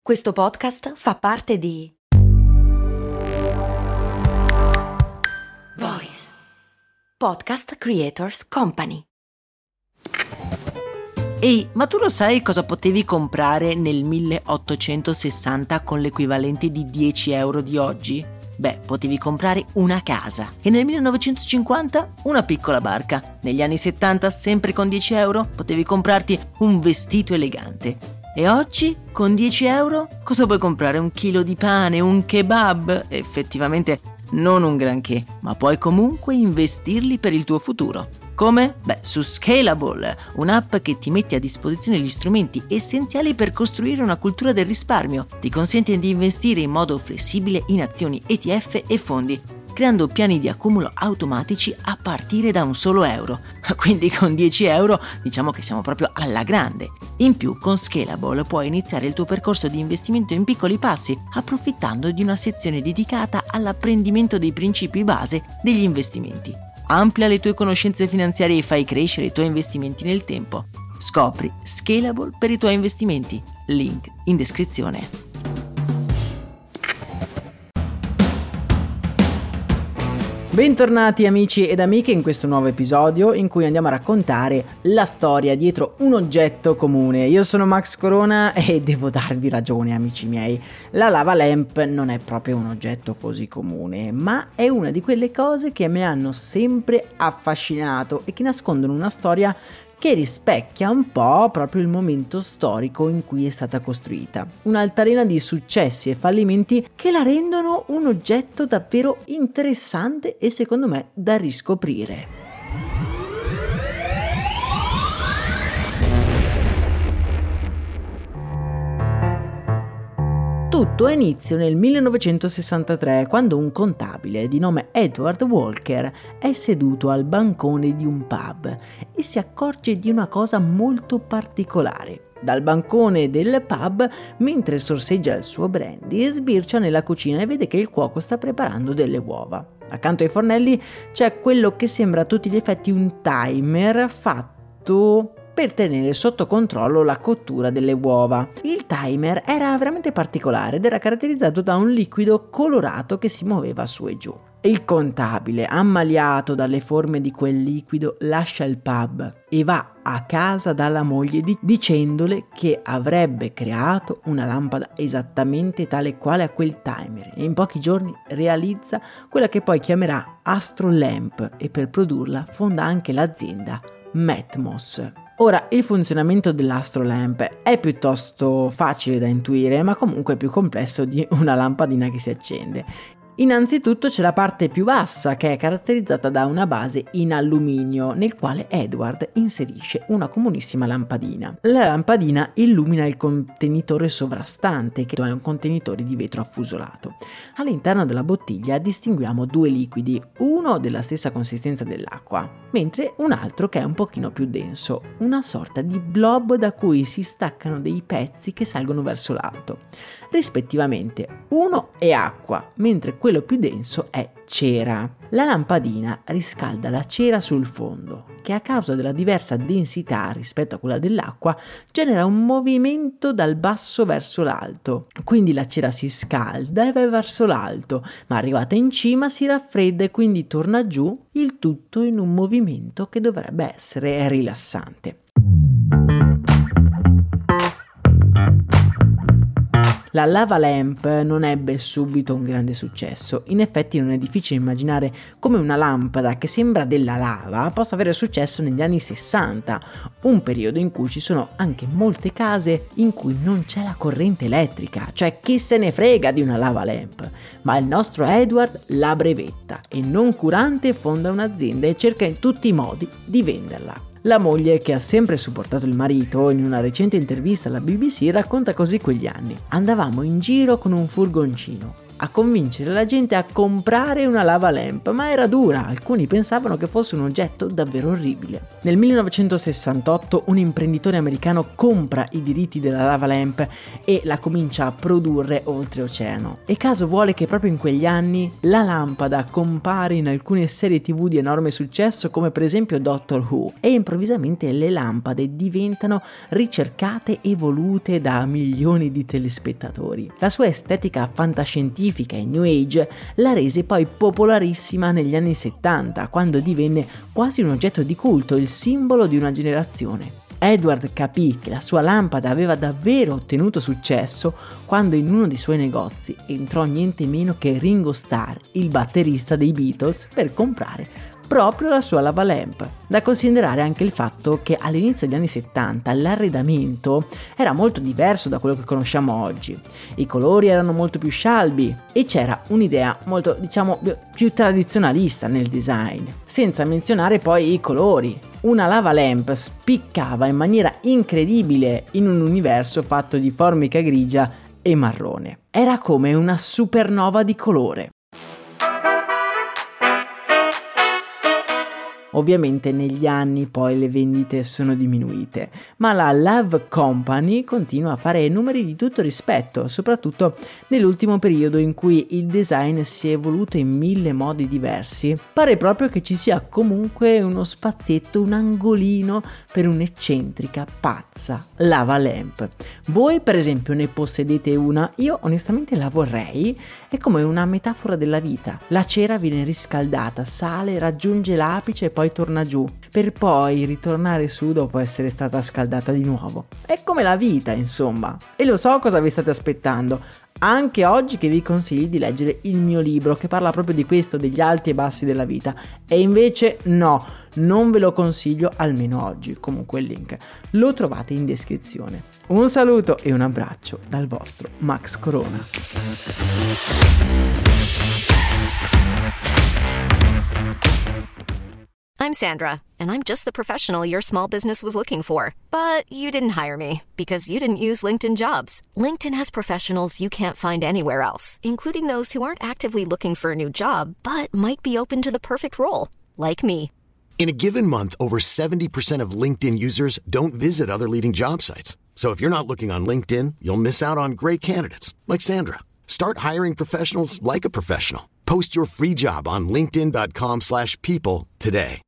Questo podcast fa parte di Voice Podcast Creators Company. Ehi, ma tu lo sai cosa potevi comprare nel 1860 con l'equivalente di 10 euro di oggi? Beh, potevi comprare una casa e nel 1950 una piccola barca. Negli anni 70, sempre con 10 euro, potevi comprarti un vestito elegante. E oggi, con 10 euro, cosa puoi comprare? Un chilo di pane, un kebab? Effettivamente non un granché, ma puoi comunque investirli per il tuo futuro. Come? Beh, su Scalable, un'app che ti mette a disposizione gli strumenti essenziali per costruire una cultura del risparmio. Ti consente di investire in modo flessibile in azioni, ETF e fondi, creando piani di accumulo automatici a partire da un solo euro. Quindi con 10 euro diciamo che siamo proprio alla grande. In più, con Scalable puoi iniziare il tuo percorso di investimento in piccoli passi, approfittando di una sezione dedicata all'apprendimento dei principi base degli investimenti. Amplia le tue conoscenze finanziarie e fai crescere i tuoi investimenti nel tempo. Scopri Scalable per i tuoi investimenti. Link in descrizione. Bentornati amici ed amiche in questo nuovo episodio in cui andiamo a raccontare la storia dietro un oggetto comune. Io sono Max Corona e devo darvi ragione, amici miei. La lava lamp non è proprio un oggetto così comune, ma è una di quelle cose che mi hanno sempre affascinato e che nascondono una storia che rispecchia un po' proprio il momento storico in cui è stata costruita. Un'altalena di successi e fallimenti che la rendono un oggetto davvero interessante e secondo me da riscoprire. Tutto ha inizio nel 1963, quando un contabile di nome Edward Walker è seduto al bancone di un pub e si accorge di una cosa molto particolare. Dal bancone del pub, mentre sorseggia il suo brandy, sbircia nella cucina e vede che il cuoco sta preparando delle uova. Accanto ai fornelli c'è quello che sembra a tutti gli effetti un timer fatto per tenere sotto controllo la cottura delle uova. Il timer era veramente particolare ed era caratterizzato da un liquido colorato che si muoveva su e giù. Il contabile, ammaliato dalle forme di quel liquido, lascia il pub e va a casa dalla moglie dicendole che avrebbe creato una lampada esattamente tale quale a quel timer e in pochi giorni realizza quella che poi chiamerà Astro Lamp e per produrla fonda anche l'azienda Matmos. Ora, il funzionamento dell'Astro Lamp è piuttosto facile da intuire, ma comunque più complesso di una lampadina che si accende. Innanzitutto c'è la parte più bassa, che è caratterizzata da una base in alluminio nel quale Edward inserisce una comunissima lampadina. La lampadina illumina il contenitore sovrastante, che è un contenitore di vetro affusolato. All'interno della bottiglia distinguiamo due liquidi, uno della stessa consistenza dell'acqua, mentre un altro che è un pochino più denso, una sorta di blob da cui si staccano dei pezzi che salgono verso l'alto. Rispettivamente, uno è acqua, mentre quello più denso è cera. La lampadina riscalda la cera sul fondo, che a causa della diversa densità rispetto a quella dell'acqua genera un movimento dal basso verso l'alto. Quindi la cera si scalda e va verso l'alto, ma arrivata in cima si raffredda e quindi torna giù, il tutto in un movimento che dovrebbe essere rilassante. La lava lamp non ebbe subito un grande successo. In effetti non è difficile immaginare come una lampada che sembra della lava possa avere successo negli anni 60, un periodo in cui ci sono anche molte case in cui non c'è la corrente elettrica, cioè chi se ne frega di una lava lamp. Ma il nostro Edward la brevetta e non curante fonda un'azienda e cerca in tutti i modi di venderla. La moglie, che ha sempre supportato il marito, in una recente intervista alla BBC racconta così quegli anni. Andavamo in giro con un furgoncino a convincere la gente a comprare una lava lamp, ma era dura, alcuni pensavano che fosse un oggetto davvero orribile. Nel 1968 un imprenditore americano compra i diritti della lava lamp e la comincia a produrre oltreoceano. E caso vuole che proprio in quegli anni la lampada compare in alcune serie TV di enorme successo, come per esempio Doctor Who, e improvvisamente le lampade diventano ricercate e volute da milioni di telespettatori. La sua estetica fantascientifica e New Age la rese poi popolarissima negli anni 70, quando divenne quasi un oggetto di culto, il simbolo di una generazione. Edward capì che la sua lampada aveva davvero ottenuto successo quando in uno dei suoi negozi entrò niente meno che Ringo Starr, il batterista dei Beatles, per comprare proprio la sua lava lamp. Da considerare anche il fatto che all'inizio degli anni 70 l'arredamento era molto diverso da quello che conosciamo oggi. I colori erano molto più scialbi e c'era un'idea molto, più tradizionalista nel design, senza menzionare poi i colori. Una lava lamp spiccava in maniera incredibile in un universo fatto di formica grigia e marrone. Era come una supernova di colore. Ovviamente negli anni poi le vendite sono diminuite, ma la Love Company continua a fare numeri di tutto rispetto, soprattutto nell'ultimo periodo in cui il design si è evoluto in 1000 modi diversi. Pare proprio che ci sia comunque uno spazietto, un angolino per un'eccentrica, pazza lava lamp. Voi per esempio ne possedete una? Io onestamente la vorrei, è come una metafora della vita. La cera viene riscaldata, sale, raggiunge l'apice e poi torna giù, per poi ritornare su dopo essere stata scaldata di nuovo. È come la vita, insomma. E lo so cosa vi state aspettando. Anche oggi che vi consiglio di leggere il mio libro che parla proprio di questo, degli alti e bassi della vita. E invece no, non ve lo consiglio almeno oggi. Comunque il link lo trovate in descrizione. Un saluto e un abbraccio dal vostro Max Corona. I'm Sandra, and I'm just the professional your small business was looking for. But you didn't hire me because you didn't use LinkedIn Jobs. LinkedIn has professionals you can't find anywhere else, including those who aren't actively looking for a new job, but might be open to the perfect role, like me. In a given month, over 70% of LinkedIn users don't visit other leading job sites. So if you're not looking on LinkedIn, you'll miss out on great candidates like Sandra. Start hiring professionals like a professional. Post your free job on linkedin.com/people today.